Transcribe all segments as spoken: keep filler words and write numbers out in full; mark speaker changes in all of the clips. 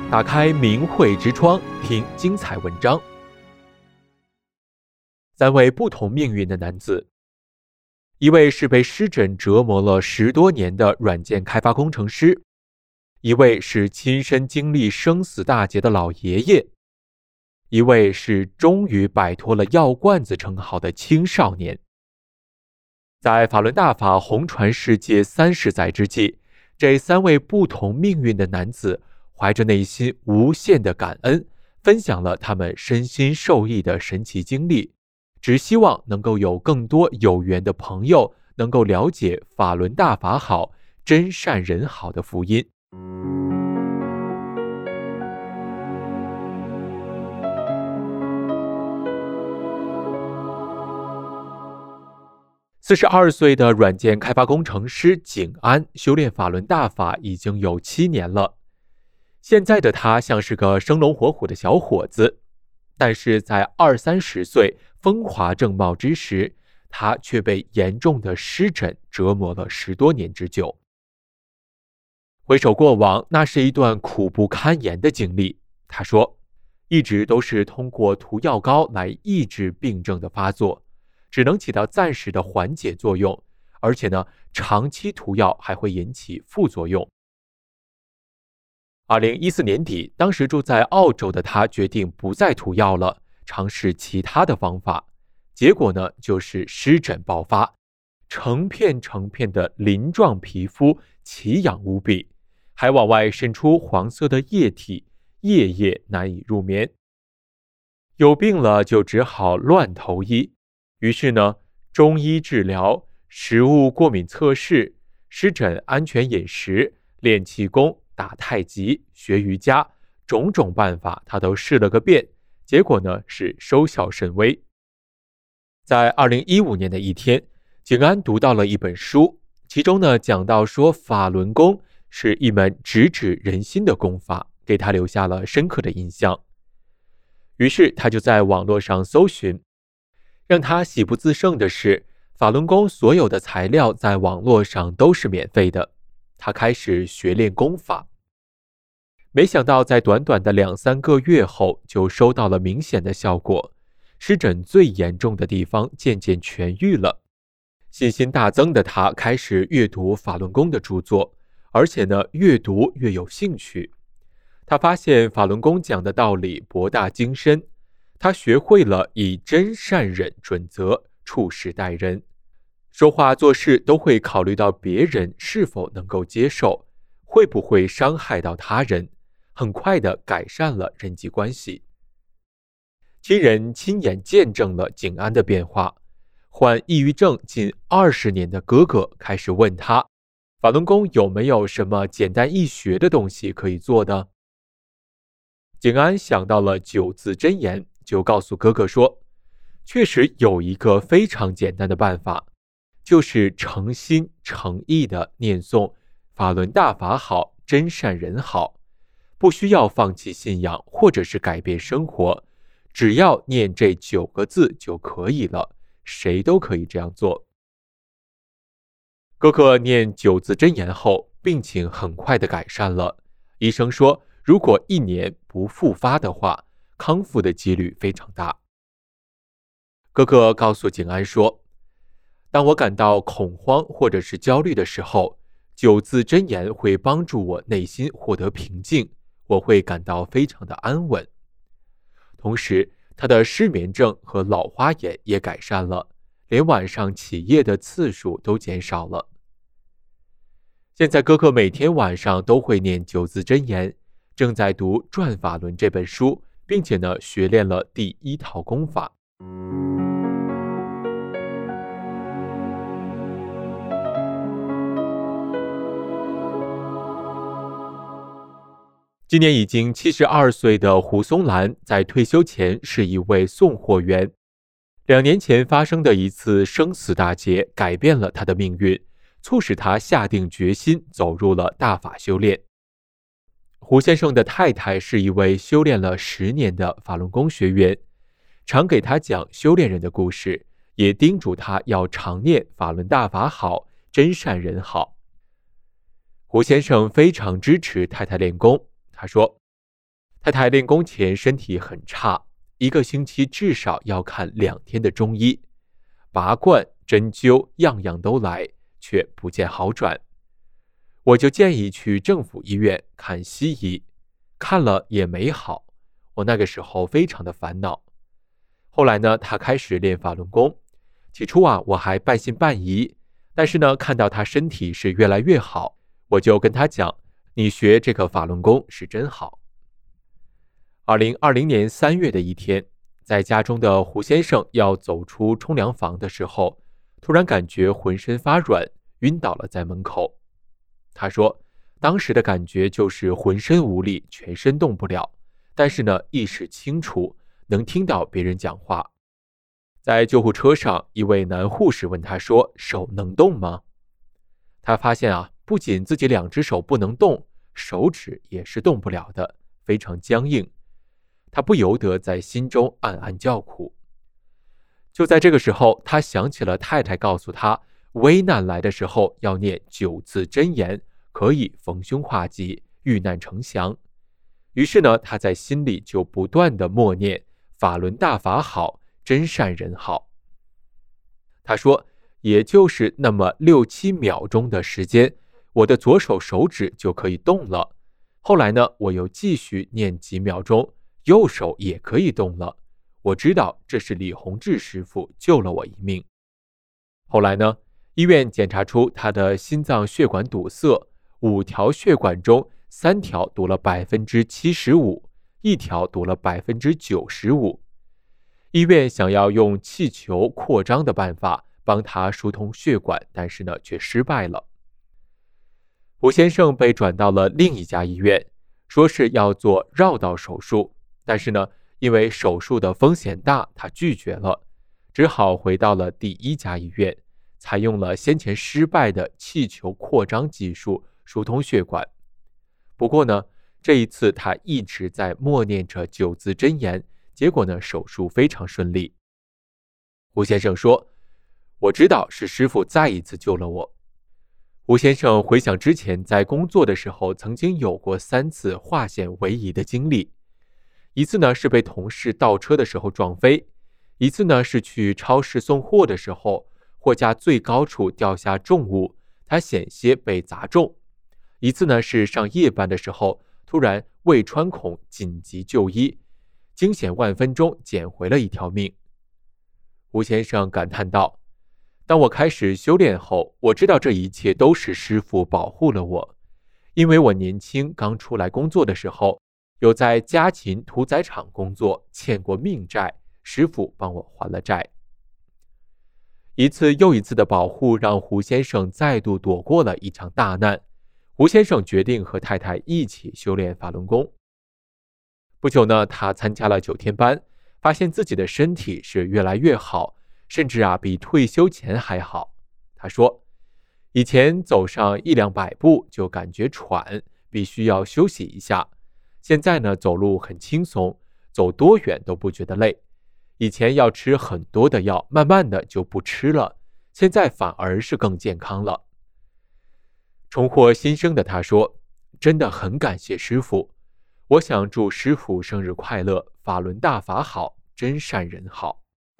Speaker 1: 打开明慧之窗，听精彩文章。三位不同命运的男子，一位是被湿疹折磨了十多年的软件开发工程师，一位是亲身经历生死大劫的老爷爷，一位是终于摆脱了药罐子称号的青少年。在法轮大法红传世界三十载之际，这三位不同命运的男子怀着内心无限的感恩，分享了他们身心受益的神奇经历，只希望能够有更多有缘的朋友能够了解法轮大法好，真善人好的福音。四十二岁的软件开发工程师景安修炼法轮大法已经有七年了。现在的他像是个生龙活虎的小伙子，但是在二三十岁风华正茂之时，他却被严重的湿疹折磨了十多年之久。回首过往，那是一段苦不堪言的经历。他说，一直都是通过涂药膏来抑制病症的发作，只能起到暂时的缓解作用，而且呢，长期涂药还会引起副作用。二零一四年底，当时住在澳洲的他决定不再涂药了，尝试其他的方法。结果呢，就是湿疹爆发，成片成片的鳞状皮肤，奇痒无比，还往外渗出黄色的液体，夜夜难以入眠。有病了就只好乱投医，于是呢，中医治疗、食物过敏测试、湿疹安全饮食、练气功、打太极、学瑜伽，种种办法他都试了个遍，结果呢是收效甚微。在二零一五年的一天，景安读到了一本书，其中呢讲到说法轮功是一门直指人心的功法，给他留下了深刻的印象。于是他就在网络上搜寻，让他喜不自胜的是，法轮功所有的材料在网络上都是免费的。他开始学练功法，没想到在短短的两三个月后就收到了明显的效果，湿疹最严重的地方渐渐痊愈了。信心大增的他开始阅读法轮功的著作，而且呢，越读越有兴趣。他发现法轮功讲的道理博大精深，他学会了以真善忍准则处事待人。说话做事都会考虑到别人是否能够接受，会不会伤害到他人，很快地改善了人际关系。亲人亲眼见证了景安的变化，患抑郁症近二十年的哥哥开始问他，法轮功有没有什么简单易学的东西可以做的？景安想到了九字真言，就告诉哥哥说，确实有一个非常简单的办法，就是诚心诚意的念诵法轮大法好，真善人好，不需要放弃信仰或者是改变生活，只要念这九个字就可以了，谁都可以这样做。哥哥念九字真言后，病情很快的改善了，医生说如果一年不复发的话，康复的几率非常大。哥哥告诉景安说，当我感到恐慌或者是焦虑的时候，九字真言会帮助我内心获得平静，我会感到非常的安稳。同时，他的失眠症和老花眼也改善了，连晚上起夜的次数都减少了。现在哥哥每天晚上都会念九字真言，正在读《转法轮》这本书，并且呢学练了第一套功法。今年已经七十二岁的胡松兰，在退休前是一位送货员。两年前发生的一次生死大劫，改变了他的命运，促使他下定决心走入了大法修炼。胡先生的太太是一位修炼了十年的法轮功学员，常给他讲修炼人的故事，也叮嘱他要常念法轮大法好，真善人好。胡先生非常支持太太练功，他说， 太太练功前身体很差，一个星期至少要看两天的中医，拔罐、针灸样样都来，却不见好转。我就建议去政府医院看西医，看了也没好。我那个时候非常的烦恼。后来呢，他开始练法轮功，起初啊，我还半信半疑，但是呢，看到他身体是越来越好，我就跟他讲，你学这个法轮功是真好。二零二零年三月的一天，在家中的胡先生要走出冲凉房的时候，突然感觉浑身发软，晕倒了在门口。他说，当时的感觉就是浑身无力，全身动不了，但是呢，意识清楚，能听到别人讲话。在救护车上，一位男护士问他说，手能动吗？他发现啊，不仅自己两只手不能动，手指也是动不了的，非常僵硬。他不由得在心中暗暗叫苦。就在这个时候，他想起了太太告诉他，危难来的时候要念九字真言，可以逢凶化吉，遇难成祥。于是呢，他在心里就不断地默念，法轮大法好，真善人好。他说，也就是那么六七秒钟的时间，我的左手手指就可以动了。后来呢，我又继续念几秒钟，右手也可以动了。我知道这是李洪志师傅救了我一命。后来呢，医院检查出他的心脏血管堵塞，五条血管中三条堵了百分之七十五，一条堵了百分之九十五。医院想要用气球扩张的办法帮他疏通血管，但是呢，却失败了。胡先生被转到了另一家医院，说是要做绕道手术，但是呢，因为手术的风险大，他拒绝了，只好回到了第一家医院，采用了先前失败的气球扩张技术疏通血管。不过呢，这一次他一直在默念着九字真言，结果呢，手术非常顺利。胡先生说，我知道是师父再一次救了我。胡先生回想之前在工作的时候，曾经有过三次化险为夷的经历。一次呢是被同事倒车的时候撞飞，一次呢是去超市送货的时候，货架最高处掉下重物，他险些被砸中。一次呢是上夜班的时候，突然胃穿孔紧急就医，惊险万分中捡回了一条命。胡先生感叹道，当我开始修炼后，我知道这一切都是师父保护了我。因为我年轻刚出来工作的时候，有在家禽屠宰场工作，欠过命债，师父帮我还了债。一次又一次的保护让胡先生再度躲过了一场大难。胡先生决定和太太一起修炼法轮功。不久呢，他参加了九天班，发现自己的身体是越来越好，甚至啊比退休前还好。他说，以前走上一两百步就感觉喘，必须要休息一下。现在呢，走路很轻松，走多远都不觉得累。以前要吃很多的药，慢慢的就不吃了，现在反而是更健康了。重获新生的他说，真的很感谢师父，我想祝师父生日快乐，法轮大法好，真善人好。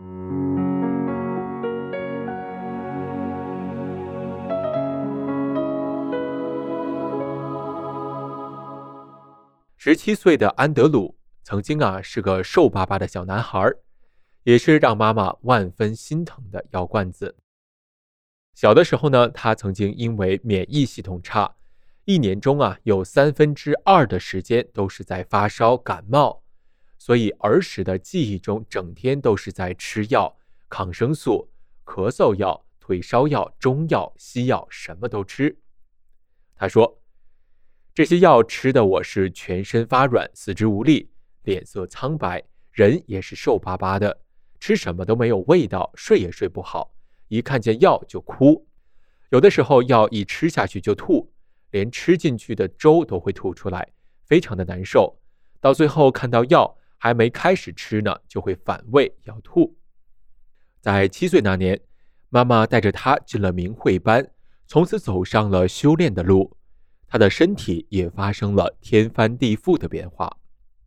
Speaker 1: 十七岁的安德鲁曾经啊是个瘦巴巴的小男孩，也是让妈妈万分心疼的药罐子。小的时候呢，他曾经因为免疫系统差，一年中啊有三分之二的时间都是在发烧感冒，所以儿时的记忆中整天都是在吃药，抗生素、咳嗽药、退烧药、中药、西药，什么都吃。他说，这些药吃的我是全身发软，四肢无力，脸色苍白，人也是瘦巴巴的，吃什么都没有味道，睡也睡不好，一看见药就哭，有的时候药一吃下去就吐，连吃进去的粥都会吐出来，非常的难受。到最后看到药还没开始吃呢，就会反胃要吐。在七岁那年，妈妈带着他进了明慧班，从此走上了修炼的路。他的身体也发生了天翻地覆的变化。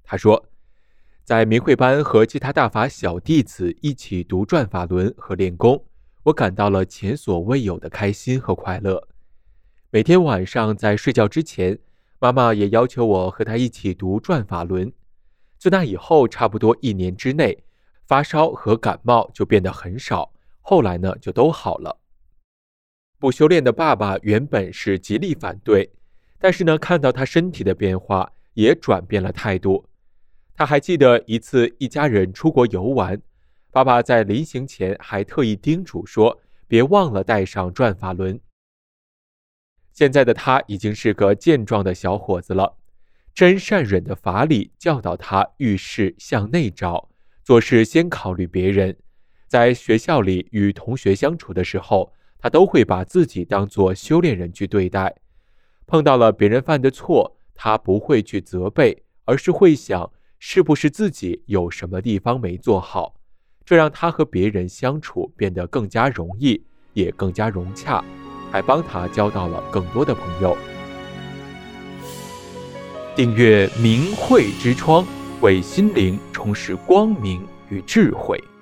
Speaker 1: 他说，在明慧班和其他大法小弟子一起读转法轮和练功，我感到了前所未有的开心和快乐。每天晚上在睡觉之前，妈妈也要求我和她一起读转法轮。自那以后，差不多一年之内，发烧和感冒就变得很少，后来呢就都好了。不修炼的爸爸原本是极力反对，但是呢看到他身体的变化，也转变了态度。他还记得一次一家人出国游玩，爸爸在临行前还特意叮嘱说，别忘了带上转法轮。现在的他已经是个健壮的小伙子了，真善忍的法理教导他遇事向内找，做事先考虑别人。在学校里与同学相处的时候，他都会把自己当作修炼人去对待。碰到了别人犯的错，他不会去责备，而是会想是不是自己有什么地方没做好，这让他和别人相处变得更加容易，也更加融洽，还帮他交到了更多的朋友。订阅明慧之窗，为心灵充实光明与智慧。